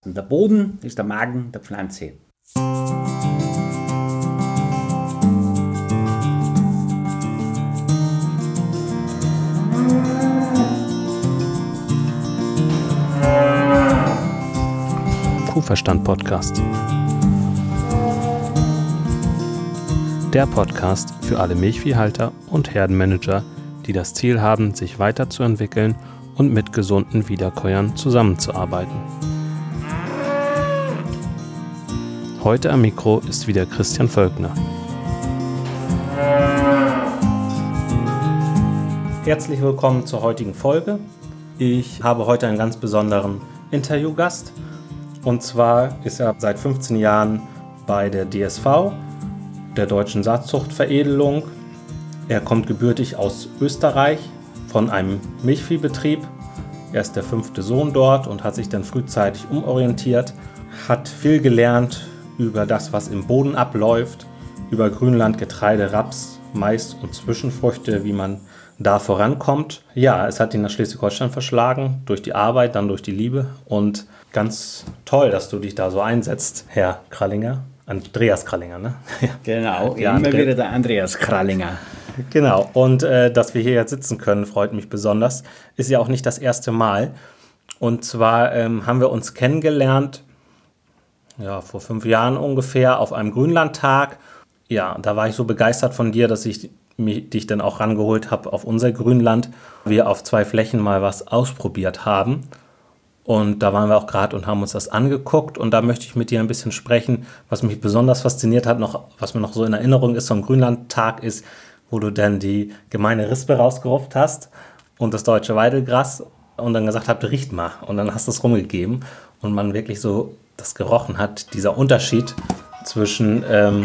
Der Boden ist der Magen der Pflanze. Kuhverstand-Podcast. Der Podcast für alle Milchviehhalter und Herdenmanager, die das Ziel haben, sich weiterzuentwickeln und mit gesunden Wiederkäuern zusammenzuarbeiten. Heute am Mikro ist wieder Christian Völkner. Herzlich willkommen zur heutigen Folge. Ich habe heute einen ganz besonderen Interviewgast. Und zwar ist er seit 15 Jahren bei der DSV, der Deutschen Saatzuchtveredelung. Er kommt gebürtig aus Österreich von einem Milchviehbetrieb. Er ist der 5. Sohn dort und hat sich dann frühzeitig umorientiert, hat viel gelernt über das, was im Boden abläuft, über Grünland, Getreide, Raps, Mais und Zwischenfrüchte, wie man da vorankommt. Ja, es hat ihn nach Schleswig-Holstein verschlagen, durch die Arbeit, dann durch die Liebe. Und ganz toll, dass du dich da so einsetzt, Herr Krallinger. Andreas Krallinger, ne? Ja. Genau, ja, immer wieder der Andreas Krallinger. Genau, und dass wir hier jetzt sitzen können, freut mich besonders. Ist ja auch nicht das erste Mal. Und zwar haben wir uns kennengelernt, ja, vor 5 Jahren ungefähr, auf einem Grünlandtag. Ja, da war ich so begeistert von dir, dass ich dich dann auch rangeholt habe auf unser Grünland. Wir auf 2 Flächen mal was ausprobiert haben. Und da waren wir auch gerade und haben uns das angeguckt. Und da möchte ich mit dir ein bisschen sprechen, was mich besonders fasziniert hat, was mir noch so in Erinnerung ist vom Grünlandtag ist, wo du dann die gemeine Rispe rausgerupft hast und das deutsche Weidelgras und dann gesagt habt, riecht mal. Und dann hast du es rumgegeben und man wirklich so das gerochen hat, dieser Unterschied zwischen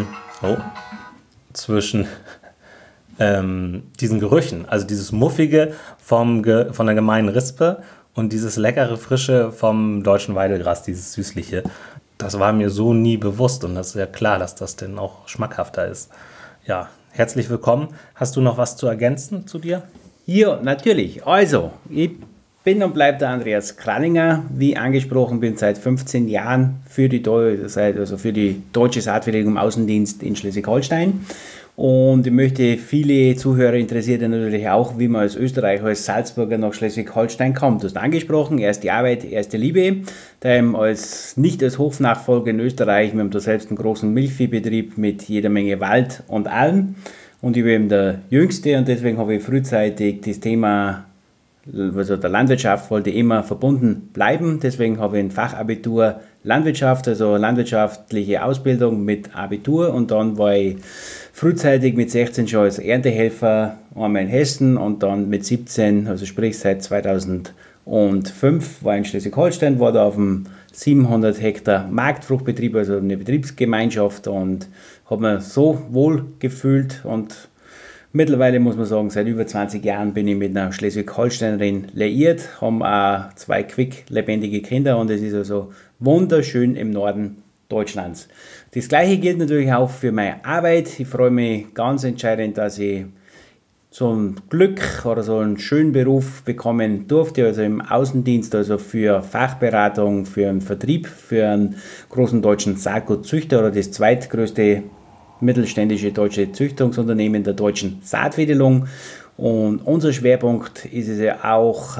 diesen Gerüchen, also dieses Muffige von der gemeinen Rispe und dieses leckere, frische vom deutschen Weidelgras, dieses süßliche. Das war mir so nie bewusst und das ist ja klar, dass das denn auch schmackhafter ist. Ja, herzlich willkommen. Hast du noch was zu ergänzen zu dir? Ja, natürlich. Also, ich bin und bleibe der Andreas Krallinger. Wie angesprochen, bin seit 15 Jahren für die Deutsche Saatveredelung im Außendienst in Schleswig-Holstein. Und ich möchte viele Zuhörer interessiert natürlich auch, wie man als Österreicher, als Salzburger nach Schleswig-Holstein kommt. Du hast angesprochen, erste Arbeit, erste Liebe. Daheim nicht als Hofnachfolger in Österreich. Wir haben da selbst einen großen Milchviehbetrieb mit jeder Menge Wald und Alm. Und ich bin eben der Jüngste und deswegen habe ich frühzeitig das Thema, also der Landwirtschaft wollte immer verbunden bleiben. Deswegen habe ich ein Fachabitur Landwirtschaft, also landwirtschaftliche Ausbildung mit Abitur. Und dann war ich frühzeitig mit 16 schon als Erntehelfer einmal in Hessen und dann mit 17, also sprich seit 2005, war ich in Schleswig-Holstein, war da auf einem 700 Hektar Marktfruchtbetrieb, also eine Betriebsgemeinschaft und habe mir so wohl gefühlt und mittlerweile muss man sagen, seit über 20 Jahren bin ich mit einer Schleswig-Holsteinerin liiert, haben auch 2 quicklebendige Kinder und es ist also wunderschön im Norden Deutschlands. Das Gleiche gilt natürlich auch für meine Arbeit. Ich freue mich ganz entscheidend, dass ich so ein Glück oder so einen schönen Beruf bekommen durfte, also im Außendienst, also für Fachberatung, für einen Vertrieb, für einen großen deutschen Saatgutzüchter oder das zweitgrößte mittelständische deutsche Züchtungsunternehmen der Deutschen Saatveredelung. Und unser Schwerpunkt ist es ja auch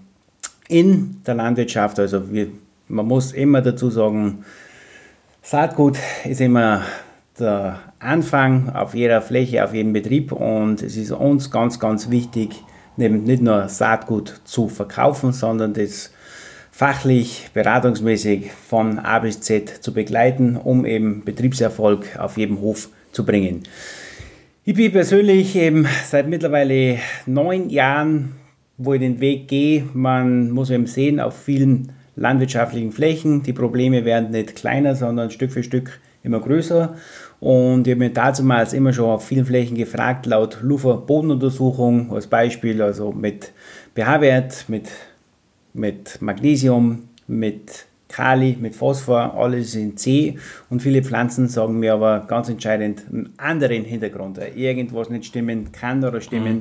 in der Landwirtschaft, also man muss immer dazu sagen, Saatgut ist immer der Anfang auf jeder Fläche, auf jedem Betrieb und es ist uns ganz, ganz wichtig, nicht nur Saatgut zu verkaufen, sondern das fachlich, beratungsmäßig von A bis Z zu begleiten, um eben Betriebserfolg auf jedem Hof zu bringen. Ich bin persönlich eben seit mittlerweile 9 Jahren, wo ich den Weg gehe, man muss eben sehen, auf vielen landwirtschaftlichen Flächen. Die Probleme werden nicht kleiner, sondern Stück für Stück immer größer. Und ich habe mich damals immer schon auf vielen Flächen gefragt, laut LUFA Bodenuntersuchung als Beispiel, also mit pH-Wert, mit Magnesium, mit Kali, mit Phosphor, alles in C. Und viele Pflanzen sagen mir aber ganz entscheidend einen anderen Hintergrund. Irgendwas nicht stimmen kann oder stimmen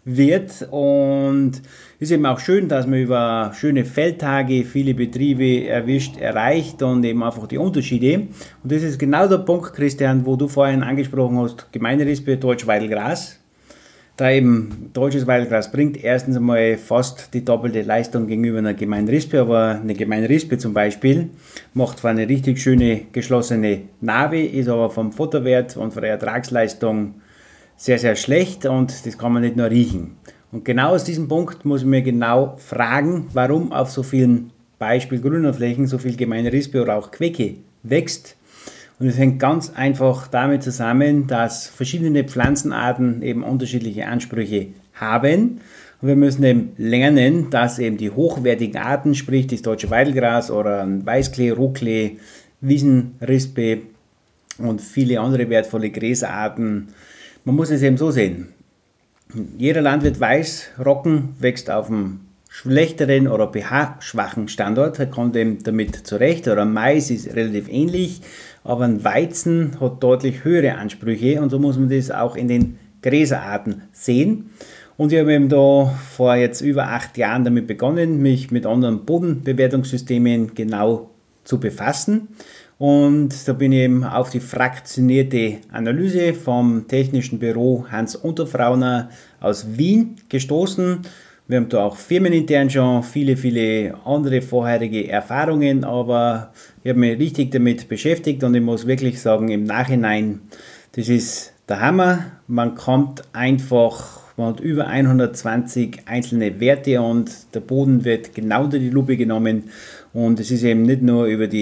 wird. Und es ist eben auch schön, dass man über schöne Feldtage viele Betriebe erreicht und eben einfach die Unterschiede. Und das ist genau der Punkt, Christian, wo du vorhin angesprochen hast, Gemeinderispe, Deutsch-Weidelgras. Da eben deutsches Weidelgras bringt erstens einmal fast die doppelte Leistung gegenüber einer Gemeinderispe, aber eine Gemeinderispe zum Beispiel macht zwar eine richtig schöne geschlossene Narbe, ist aber vom Futterwert und von der Ertragsleistung sehr, sehr schlecht und das kann man nicht nur riechen. Und genau aus diesem Punkt muss ich mir genau fragen, warum auf so vielen Beispiel grüner Flächen so viel Gemeinderispe oder auch Quecke wächst. Und es hängt ganz einfach damit zusammen, dass verschiedene Pflanzenarten eben unterschiedliche Ansprüche haben. Und wir müssen eben lernen, dass eben die hochwertigen Arten, sprich das deutsche Weidelgras oder ein Weißklee, Rohklee, Wiesenrispe und viele andere wertvolle Gräserarten, man muss es eben so sehen. Jeder Landwirt weiß, Roggen wächst auf einem schlechteren oder pH-schwachen Standort, er kommt eben damit zurecht, oder Mais ist relativ ähnlich, aber ein Weizen hat deutlich höhere Ansprüche und so muss man das auch in den Gräserarten sehen. Und wir haben eben da vor jetzt über 8 Jahren damit begonnen, mich mit anderen Bodenbewertungssystemen genau zu befassen. Und da bin ich eben auf die fraktionierte Analyse vom Technischen Büro Hans Unterfrauner aus Wien gestoßen. Wir haben da auch firmenintern schon viele andere vorherige Erfahrungen, aber ich habe mich richtig damit beschäftigt und ich muss wirklich sagen, im Nachhinein, das ist der Hammer. Man kommt einfach, man hat über 120 einzelne Werte und der Boden wird genau unter die Lupe genommen und es ist eben nicht nur über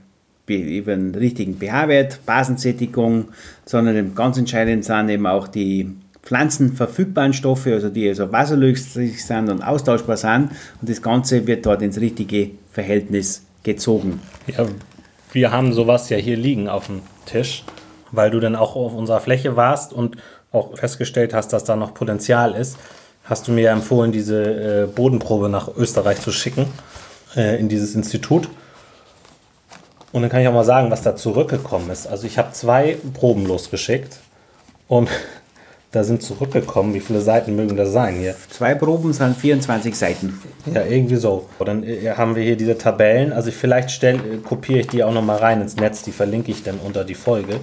den richtigen pH-Wert, Basensättigung, sondern eben ganz entscheidend sind eben auch die pflanzenverfügbaren Stoffe, also die also wasserlöslich sind und austauschbar sind und das Ganze wird dort ins richtige Verhältnis gezogen. Ja, wir haben sowas ja hier liegen auf dem Tisch, weil du dann auch auf unserer Fläche warst und auch festgestellt hast, dass da noch Potenzial ist. Hast du mir empfohlen, diese Bodenprobe nach Österreich zu schicken, in dieses Institut. Und dann kann ich auch mal sagen, was da zurückgekommen ist. Also ich habe 2 Proben losgeschickt und da sind zurückgekommen, wie viele Seiten mögen das sein hier? 2 Proben sind 24 Seiten. Ja, irgendwie so. Und dann haben wir hier diese Tabellen. Also vielleicht kopiere ich die auch nochmal rein ins Netz. Die verlinke ich dann unter die Folge,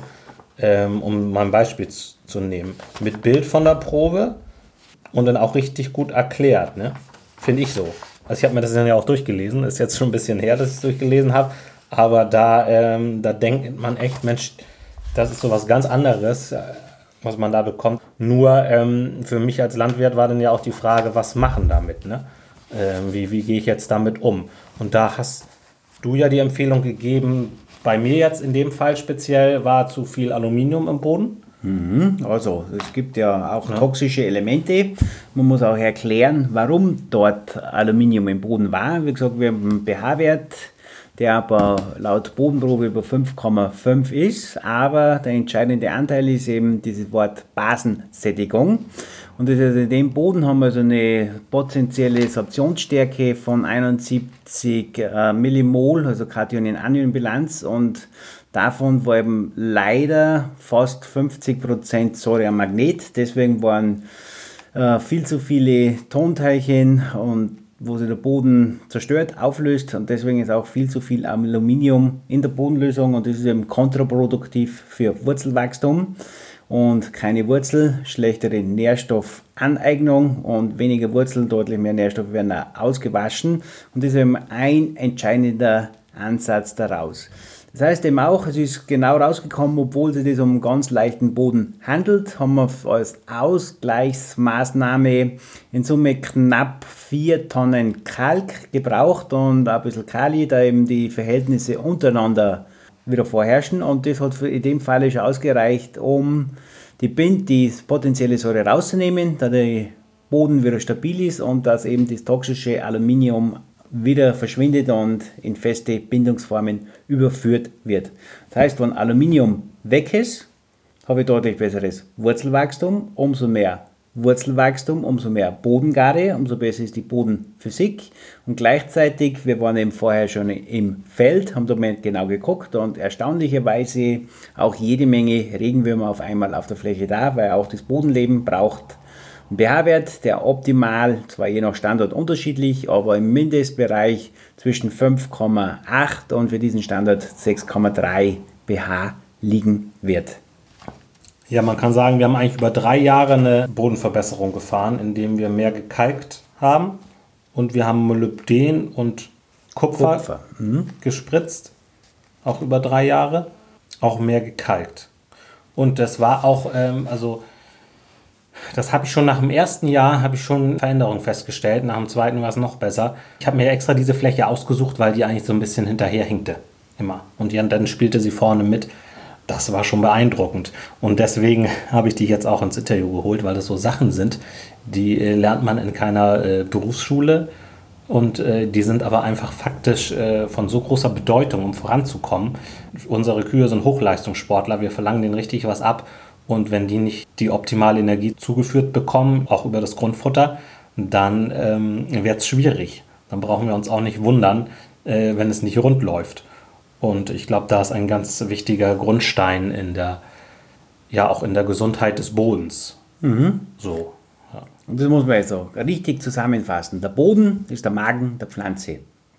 um mal ein Beispiel zu nehmen. Mit Bild von der Probe und dann auch richtig gut erklärt, ne? Finde ich so. Also ich habe mir das dann ja auch durchgelesen. Ist jetzt schon ein bisschen her, dass ich es durchgelesen habe. Aber da denkt man echt, Mensch, das ist so was ganz anderes, was man da bekommt. Nur für mich als Landwirt war dann ja auch die Frage, was machen damit, ne? Wie gehe ich jetzt damit um? Und da hast du ja die Empfehlung gegeben, bei mir jetzt in dem Fall speziell war zu viel Aluminium im Boden. Also es gibt ja auch toxische Elemente. Man muss auch erklären, warum dort Aluminium im Boden war. Wie gesagt, wir haben einen pH-Wert, der aber laut Bodenprobe über 5,5 ist, aber der entscheidende Anteil ist eben dieses Wort Basensättigung. Und das heißt, in dem Boden haben wir so eine potenzielle Sorptionsstärke von 71 Millimol, also Kationen-Anion-Bilanz, und davon war eben leider fast 50% Säure am Magnet. Deswegen waren viel zu viele Tonteilchen und wo sich der Boden zerstört, auflöst und deswegen ist auch viel zu viel Aluminium in der Bodenlösung und das ist eben kontraproduktiv für Wurzelwachstum und keine Wurzel, schlechtere Nährstoffaneignung und weniger Wurzeln, deutlich mehr Nährstoffe werden auch ausgewaschen und das ist eben ein entscheidender Ansatz daraus. Das heißt eben auch, es ist genau rausgekommen, obwohl sich das um einen ganz leichten Boden handelt, haben wir als Ausgleichsmaßnahme in Summe knapp 4 Tonnen Kalk gebraucht und ein bisschen Kali, da eben die Verhältnisse untereinander wieder vorherrschen und das hat in dem Fall schon ausgereicht, um die potenzielle Säure rauszunehmen, da der Boden wieder stabil ist und dass eben das toxische Aluminium wieder verschwindet und in feste Bindungsformen überführt wird. Das heißt, wenn Aluminium weg ist, habe ich deutlich besseres Wurzelwachstum, umso mehr Wurzelwachstum, umso mehr Bodengare, umso besser ist die Bodenphysik und gleichzeitig, wir waren eben vorher schon im Feld, haben da genau geguckt und erstaunlicherweise auch jede Menge Regenwürmer auf einmal auf der Fläche da, weil auch das Bodenleben braucht Ein pH-Wert, der optimal, zwar je nach Standort unterschiedlich, aber im Mindestbereich zwischen 5,8 und für diesen Standort 6,3 pH liegen wird. Ja, man kann sagen, wir haben eigentlich über 3 Jahre eine Bodenverbesserung gefahren, indem wir mehr gekalkt haben und wir haben Molybden und Kupfer. Gespritzt, auch über 3 Jahre, auch mehr gekalkt. Und das war auch, das habe ich schon nach dem ersten Jahr, habe ich schon Veränderungen festgestellt, nach dem zweiten war es noch besser. Ich habe mir extra diese Fläche ausgesucht, weil die eigentlich so ein bisschen hinterher hinkte, immer. Und dann spielte sie vorne mit. Das war schon beeindruckend. Und deswegen habe ich die jetzt auch ins Interview geholt, weil das so Sachen sind, die lernt man in keiner Berufsschule. Und die sind aber einfach faktisch von so großer Bedeutung, um voranzukommen. Unsere Kühe sind Hochleistungssportler, wir verlangen denen richtig was ab. Und wenn die nicht die optimale Energie zugeführt bekommen, auch über das Grundfutter, dann wird es schwierig. Dann brauchen wir uns auch nicht wundern, wenn es nicht rund läuft. Und ich glaube, da ist ein ganz wichtiger Grundstein auch in der Gesundheit des Bodens. So. Ja. Und das muss man jetzt so richtig zusammenfassen. Der Boden ist der Magen der Pflanze.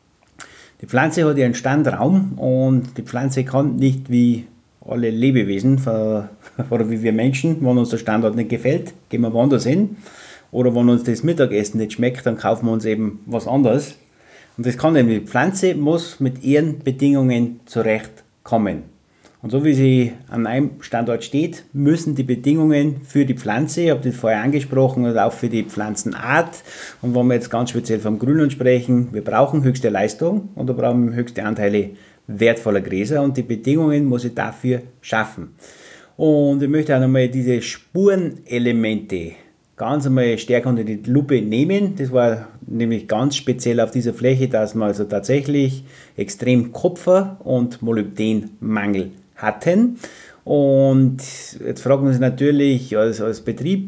Die Pflanze hat ihren Standraum und die Pflanze kann nicht wie alle Lebewesen oder wie wir Menschen, wenn uns der Standort nicht gefällt, gehen wir woanders hin. Oder wenn uns das Mittagessen nicht schmeckt, dann kaufen wir uns eben was anderes. Und das kann eben, die Pflanze muss mit ihren Bedingungen zurechtkommen. Und so wie sie an einem Standort steht, müssen die Bedingungen für die Pflanze, ich habe das vorher angesprochen, und auch für die Pflanzenart, und wenn wir jetzt ganz speziell vom Grünland sprechen, wir brauchen höchste Leistung und da brauchen wir höchste Anteile wertvoller Gräser und die Bedingungen muss ich dafür schaffen. Und ich möchte auch nochmal diese Spurenelemente ganz einmal stärker unter die Lupe nehmen. Das war nämlich ganz speziell auf dieser Fläche, dass wir also tatsächlich extrem Kupfer- und Molybdenmangel hatten. Und jetzt fragen wir uns natürlich als Betrieb,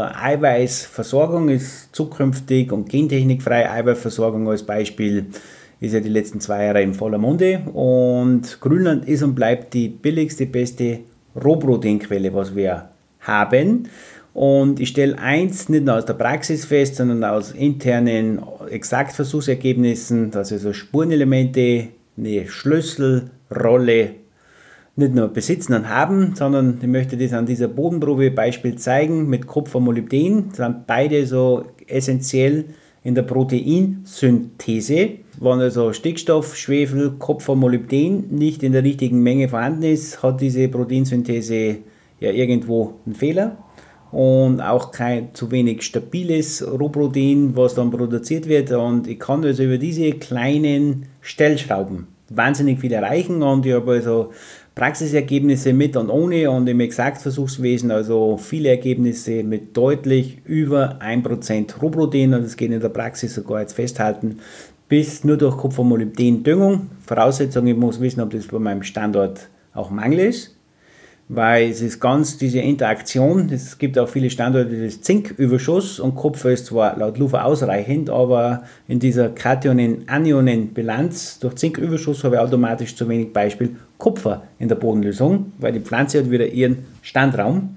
Eiweißversorgung ist zukünftig und gentechnikfreie Eiweißversorgung als Beispiel ist ja die letzten 2 Jahre in voller Munde. Und Grünland ist und bleibt die billigste, beste Rohproteinquelle, was wir haben. Und ich stelle eins nicht nur aus der Praxis fest, sondern aus internen Exaktversuchsergebnissen, dass also Spurenelemente eine Schlüsselrolle nicht nur besitzen und haben, sondern ich möchte das an dieser Bodenprobe Beispiel zeigen mit Kupfer und Molybden. Das sind beide so essentiell in der Proteinsynthese. Wenn also Stickstoff, Schwefel, Kupfer, Molybden nicht in der richtigen Menge vorhanden ist, hat diese Proteinsynthese ja irgendwo einen Fehler. Und auch kein zu wenig stabiles Rohprotein, was dann produziert wird. Und ich kann also über diese kleinen Stellschrauben wahnsinnig viel erreichen. Und ich habe also Praxisergebnisse mit und ohne und im Exaktversuchswesen, also viele Ergebnisse mit deutlich über 1% Rohprotein. Und das geht in der Praxis sogar jetzt festhalten, bis nur durch Kupfer-Molybden-Düngung. Voraussetzung, ich muss wissen, ob das bei meinem Standort auch Mangel ist. Weil es ist ganz diese Interaktion, es gibt auch viele Standorte des Zinküberschuss und Kupfer ist zwar laut LUFA ausreichend, aber in dieser Kationen-Anionen-Bilanz durch Zinküberschuss habe ich automatisch zu wenig Beispiel Kupfer in der Bodenlösung, weil die Pflanze hat wieder ihren Standraum.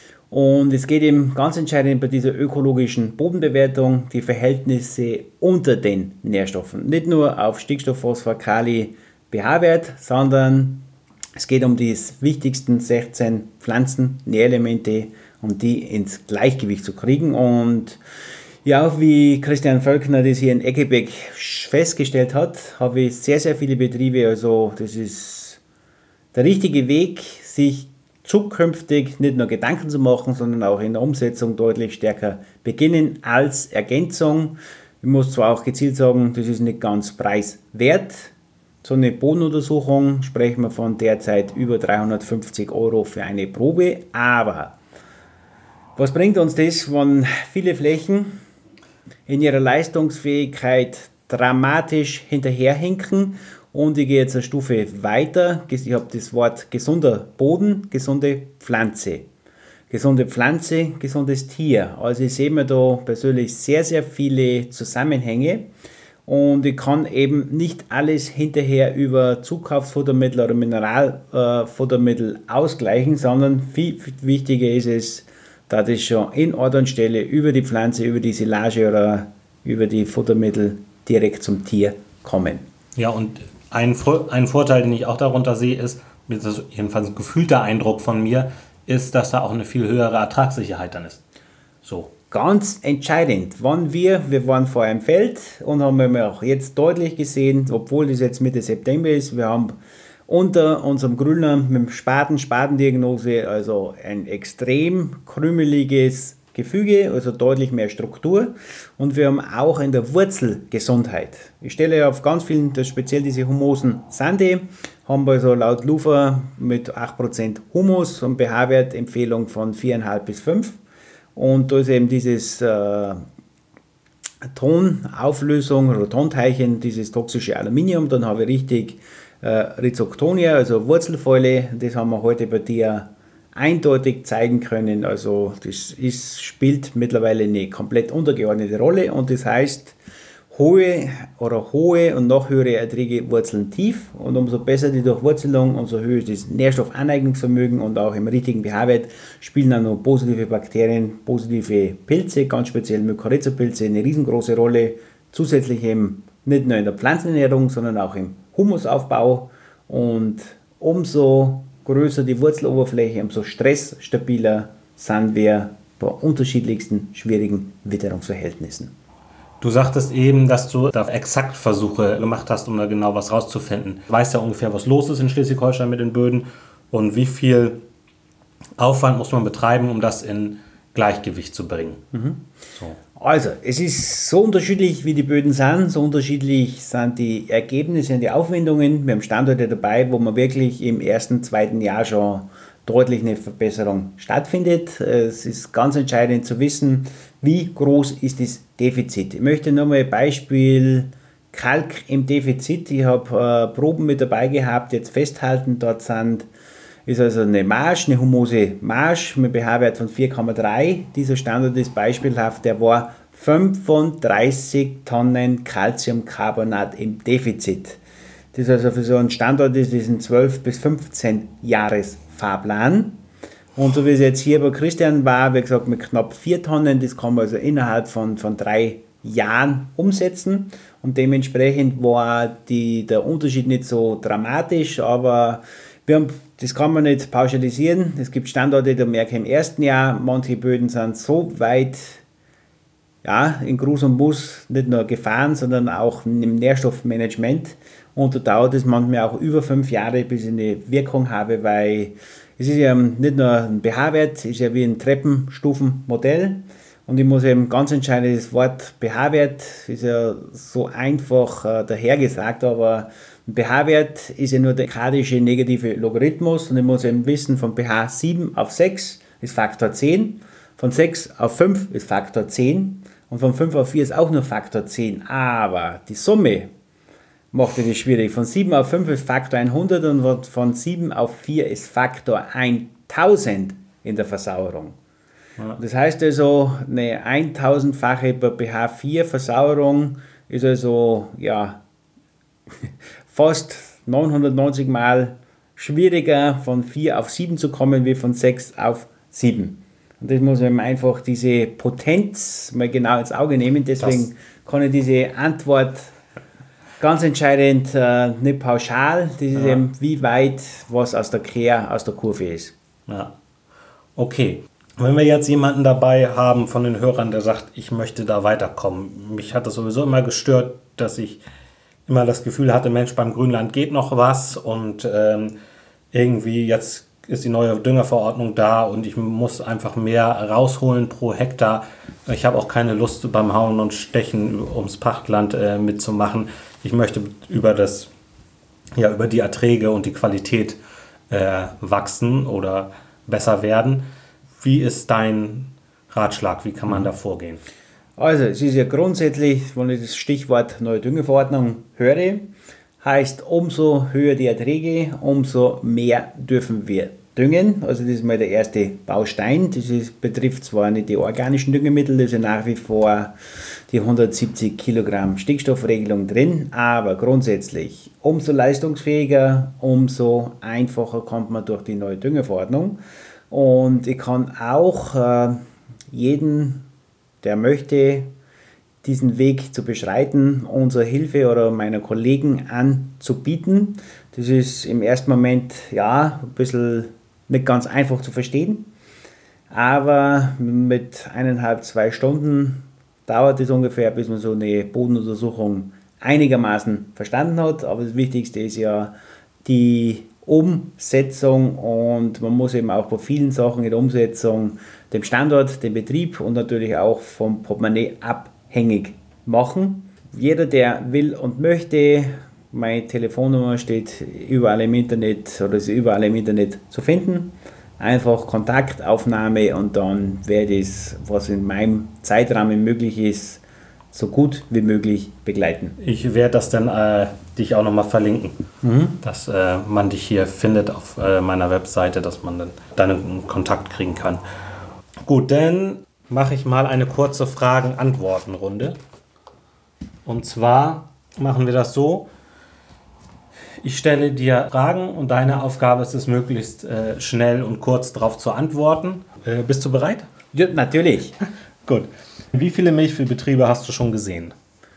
Und es geht eben ganz entscheidend bei dieser ökologischen Bodenbewertung die Verhältnisse unter den Nährstoffen. Nicht nur auf Stickstoff, Phosphor, Kali, pH-Wert, sondern es geht um die wichtigsten 16 Pflanzennährelemente, um die ins Gleichgewicht zu kriegen. Und ja, auch wie Christian Völkner das hier in Eggebeck festgestellt hat, habe ich sehr, sehr viele Betriebe. Also das ist der richtige Weg, sich zukünftig nicht nur Gedanken zu machen, sondern auch in der Umsetzung deutlich stärker beginnen als Ergänzung. Ich muss zwar auch gezielt sagen, das ist nicht ganz preiswert. So eine Bodenuntersuchung sprechen wir von derzeit über 350 € für eine Probe. Aber was bringt uns das, wenn viele Flächen in ihrer Leistungsfähigkeit dramatisch hinterherhinken? Und ich gehe jetzt eine Stufe weiter. Ich habe das Wort gesunder Boden, gesunde Pflanze. Gesunde Pflanze, gesundes Tier. Also ich sehe mir da persönlich sehr, sehr viele Zusammenhänge. Und ich kann eben nicht alles hinterher über Zukaufsfuttermittel oder Mineralfuttermittel ausgleichen, sondern viel wichtiger ist es, da das schon in Ort und Stelle über die Pflanze, über die Silage oder über die Futtermittel direkt zum Tier kommen. Ja, und ein Vorteil, den ich auch darunter sehe, ist, das ist jedenfalls ein gefühlter Eindruck von mir, ist, dass da auch eine viel höhere Ertragssicherheit dann ist. So. Ganz entscheidend, wir waren vorher im Feld und haben auch jetzt deutlich gesehen, obwohl das jetzt Mitte September ist, wir haben unter unserem Grüner mit dem Spatendiagnose, also ein extrem krümeliges Gefüge, also deutlich mehr Struktur, und wir haben auch in der Wurzel Gesundheit. Ich stelle ja auf ganz vielen, das speziell diese humosen Sande, haben wir also laut LUFA mit 8% Humus und pH-Wert Empfehlung von 4,5 bis 5. Und da ist eben dieses Tonauflösung oder Tonteilchen, dieses toxische Aluminium, dann habe ich richtig Rhizoctonia, also Wurzelfäule, das haben wir heute bei dir eindeutig zeigen können, also das spielt mittlerweile eine komplett untergeordnete Rolle und das heißt, hohe und noch höhere Erträge wurzeln tief und umso besser die Durchwurzelung, umso höher ist das Nährstoffaneignungsvermögen und auch im richtigen pH-Wert spielen dann noch positive Bakterien, positive Pilze, ganz speziell Mykorrhiza-Pilze eine riesengroße Rolle, zusätzlich eben nicht nur in der Pflanzenernährung, sondern auch im Humusaufbau und umso größer die Wurzeloberfläche, umso stressstabiler sind wir bei unterschiedlichsten schwierigen Witterungsverhältnissen. Du sagtest eben, dass du da Exaktversuche gemacht hast, um da genau was rauszufinden. Du weißt ja ungefähr, was los ist in Schleswig-Holstein mit den Böden und wie viel Aufwand muss man betreiben, um das in Gleichgewicht zu bringen. So. Also, es ist so unterschiedlich, wie die Böden sind, so unterschiedlich sind die Ergebnisse und die Aufwendungen. Wir haben Standorte dabei, wo man wirklich im ersten, zweiten Jahr schon deutlich eine Verbesserung stattfindet. Es ist ganz entscheidend zu wissen, wie groß ist das Defizit. Ich möchte nochmal ein Beispiel Kalk im Defizit. Ich habe Proben mit dabei gehabt, jetzt festhalten, dort ist also eine Marsch, eine humose Marsch mit pH-Wert von 4,3. Dieser Standort ist beispielhaft, der war 35 Tonnen Calciumcarbonat im Defizit. Das ist also für so einen Standort ist ein 12 bis 15 Jahres Fahrplan. Und so wie es jetzt hier bei Christian war, wie gesagt, mit knapp 4 Tonnen, das kann man also innerhalb von 3 Jahren umsetzen. Und dementsprechend war der Unterschied nicht so dramatisch, aber das kann man nicht pauschalisieren. Es gibt Standorte, da merke ich im ersten Jahr, manche Böden sind so weit in Gruß und Muss nicht nur gefahren, sondern auch im Nährstoffmanagement. Und da dauert es manchmal auch über 5 Jahre, bis ich eine Wirkung habe, weil es ist ja nicht nur ein pH-Wert, es ist ja wie ein Treppenstufenmodell. Und ich muss eben ganz entscheidend, das Wort pH-Wert ist ja so einfach dahergesagt, aber ein pH-Wert ist ja nur der kadische negative Logarithmus und ich muss eben wissen, von pH 7 auf 6 ist Faktor 10, von 6 auf 5 ist Faktor 10 und von 5 auf 4 ist auch nur Faktor 10, aber die Summe macht das schwierig. Von 7 auf 5 ist Faktor 100 und von 7 auf 4 ist Faktor 1000 in der Versauerung. Ja. Das heißt also, eine 1000-fache bei pH 4 Versauerung ist also fast 990 Mal schwieriger von 4 auf 7 zu kommen, wie von 6 auf 7. Und das muss man einfach diese Potenz mal genau ins Auge nehmen. Deswegen kann ich diese Antwort ganz entscheidend nicht pauschal. Das ist eben, wie weit was aus der Kurve ist. Ja, okay. Wenn wir jetzt jemanden dabei haben von den Hörern, der sagt, ich möchte da weiterkommen. Mich hat das sowieso immer gestört, dass ich immer das Gefühl hatte, Mensch, beim Grünland geht noch was und irgendwie jetzt ist die neue Düngerverordnung da und ich muss einfach mehr rausholen pro Hektar. Ich habe auch keine Lust beim Hauen und Stechen ums Pachtland mitzumachen. Ich möchte über die Erträge und die Qualität wachsen oder besser werden. Wie ist dein Ratschlag? Wie kann man da vorgehen? Also es ist ja grundsätzlich, wenn ich das Stichwort neue Düngeverordnung höre, heißt umso höher die Erträge, umso mehr dürfen wir düngen. Also das ist mal der erste Baustein. Betrifft zwar nicht die organischen Düngemittel, da ist ja nach wie vor die 170 Kilogramm Stickstoffregelung drin, aber grundsätzlich umso leistungsfähiger, umso einfacher kommt man durch die neue Düngeverordnung. Und ich kann auch jeden, der möchte, diesen Weg zu beschreiten, unsere Hilfe oder meiner Kollegen anzubieten. Das ist im ersten Moment ja ein bisschen nicht ganz einfach zu verstehen, aber mit 1,5, 2 Stunden dauert es ungefähr, bis man so eine Bodenuntersuchung einigermaßen verstanden hat. Aber das Wichtigste ist ja die Umsetzung, und man muss eben auch bei vielen Sachen in der Umsetzung den Standort, den Betrieb und natürlich auch vom Portemonnaie abhängig machen. Jeder, der will und möchte, meine Telefonnummer steht überall im Internet oder ist überall im Internet zu finden. Einfach Kontaktaufnahme, und dann werde ich, was in meinem Zeitrahmen möglich ist, so gut wie möglich begleiten. Ich werde das dann dich auch nochmal verlinken, dass man dich hier findet auf meiner Webseite, dass man dann deinen Kontakt kriegen kann. Gut, dann mache ich mal eine kurze Fragen-Antworten-Runde. Und zwar machen wir das so: Ich stelle dir Fragen und deine Aufgabe ist es, möglichst schnell und kurz darauf zu antworten. Bist du bereit? Ja, natürlich. Gut. Wie viele Milchviehbetriebe hast du schon gesehen?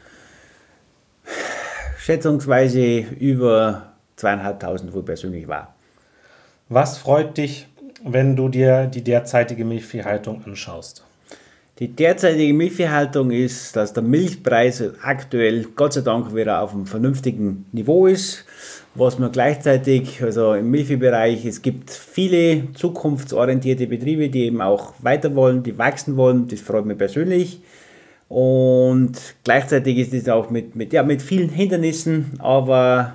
Schätzungsweise über 2.500, wo ich persönlich war. Was freut dich, wenn du dir die derzeitige Milchviehhaltung anschaust? Die derzeitige Milchviehhaltung ist, dass der Milchpreis aktuell Gott sei Dank wieder auf einem vernünftigen Niveau ist. Was man gleichzeitig, also im Milchviehbereich, es gibt viele zukunftsorientierte Betriebe, die eben auch weiter wollen, die wachsen wollen. Das freut mich persönlich. Und gleichzeitig ist es auch mit vielen Hindernissen, aber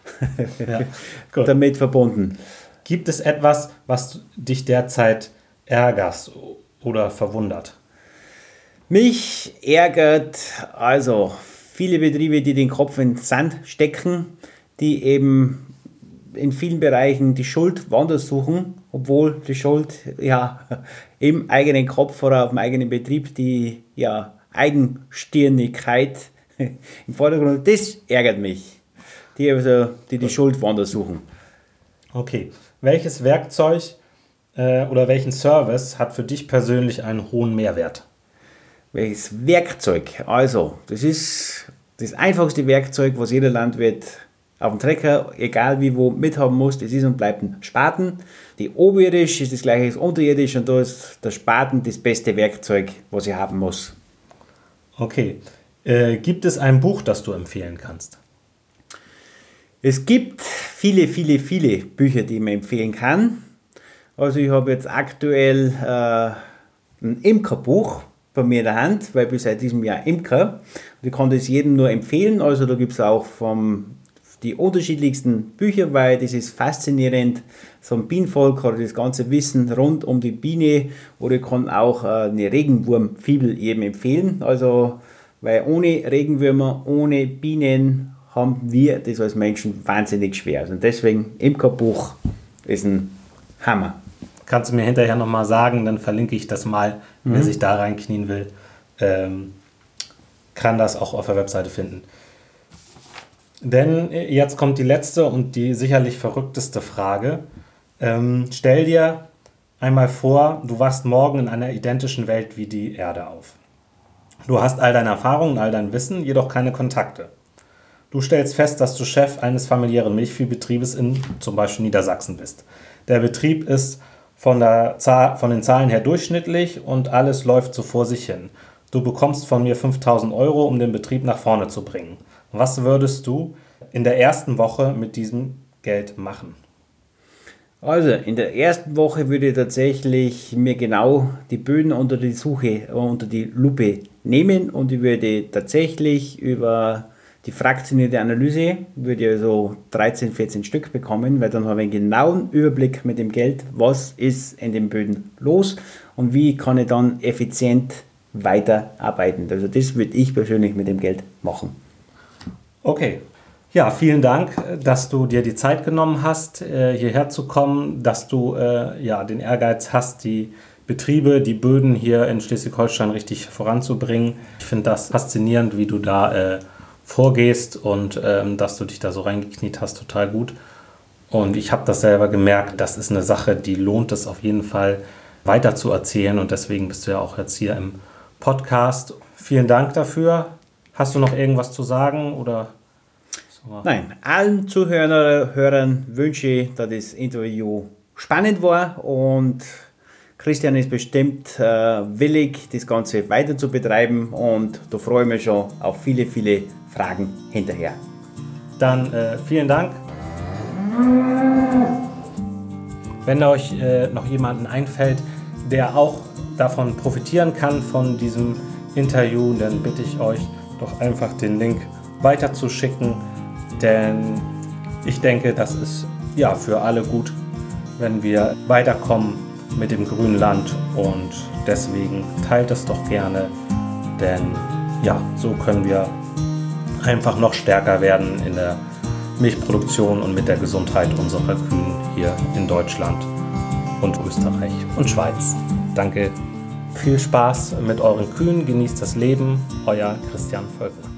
damit verbunden. Gibt es etwas, was dich derzeit ärgert oder verwundert? Mich ärgert also viele Betriebe, die den Kopf in den Sand stecken, die eben in vielen Bereichen die Schuld woanders suchen, obwohl die Schuld ja im eigenen Kopf oder auf dem eigenen Betrieb, die ja Eigenstirnigkeit im Vordergrund, das ärgert mich. Die Schuld woanders suchen. Okay. Welches Werkzeug oder welchen Service hat für dich persönlich einen hohen Mehrwert? Welches Werkzeug? Also, das ist das einfachste Werkzeug, was jeder Landwirt auf dem Trecker, egal wie wo, mithaben muss. Das ist und bleibt ein Spaten. Die oberirdisch ist das gleiche als unterirdisch, und da ist der Spaten das beste Werkzeug, was ich haben muss. Okay. Gibt es ein Buch, das du empfehlen kannst? Es gibt viele, viele, viele Bücher, die man empfehlen kann. Also ich habe jetzt aktuell ein Imkerbuch bei mir in der Hand, weil ich bin seit diesem Jahr Imker. Und ich kann das jedem nur empfehlen. Also da gibt es auch die unterschiedlichsten Bücher, weil das ist faszinierend. So ein Bienenvolk hat das ganze Wissen rund um die Biene, oder ich kann auch eine Regenwurmfibel jedem empfehlen. Also, weil ohne Regenwürmer, ohne Bienen haben wir das als Menschen wahnsinnig schwer. Also deswegen Imkerbuch ist ein Hammer. Kannst du mir hinterher nochmal sagen, dann verlinke ich das mal, wer sich da reinknien will, kann das auch auf der Webseite finden. Denn jetzt kommt die letzte und die sicherlich verrückteste Frage. Stell dir einmal vor, du wachst morgen in einer identischen Welt wie die Erde auf. Du hast all deine Erfahrungen, all dein Wissen, jedoch keine Kontakte. Du stellst fest, dass du Chef eines familiären Milchviehbetriebes in zum Beispiel Niedersachsen bist. Der Betrieb ist von den Zahlen her durchschnittlich und alles läuft so vor sich hin. Du bekommst von mir 5.000 Euro, um den Betrieb nach vorne zu bringen. Was würdest du in der ersten Woche mit diesem Geld machen? Also in der ersten Woche würde ich tatsächlich mir genau die Böden unter die Lupe nehmen, und ich würde tatsächlich über die fraktionierte Analyse würde ich also 13, 14 Stück bekommen, weil dann habe ich einen genauen Überblick mit dem Geld, was ist in den Böden los und wie kann ich dann effizient weiterarbeiten. Also das würde ich persönlich mit dem Geld machen. Okay. Ja, vielen Dank, dass du dir die Zeit genommen hast, hierher zu kommen, dass du den Ehrgeiz hast, die Betriebe, die Böden hier in Schleswig-Holstein richtig voranzubringen. Ich finde das faszinierend, wie du da vorgehst und dass du dich da so reingekniet hast, total gut. Und ich habe das selber gemerkt, das ist eine Sache, die lohnt es auf jeden Fall weiter zu erzählen. Und deswegen bist du ja auch jetzt hier im Podcast. Vielen Dank dafür. Hast du noch irgendwas zu sagen? Oder? Nein, allen Zuhörern wünsche ich, dass das Interview spannend war und Christian ist bestimmt willig, das Ganze weiter zu betreiben und da freue ich mich schon auf viele, viele Fragen hinterher. Dann vielen Dank. Wenn euch noch jemanden einfällt, der auch davon profitieren kann, von diesem Interview, dann bitte ich euch doch einfach den Link weiterzuschicken, denn ich denke, das ist ja für alle gut, wenn wir weiterkommen mit dem grünen Land und deswegen teilt es doch gerne, denn ja, so können wir einfach noch stärker werden in der Milchproduktion und mit der Gesundheit unserer Kühen hier in Deutschland und Österreich und Schweiz. Danke, viel Spaß mit euren Kühen, genießt das Leben, euer Christian Völkler.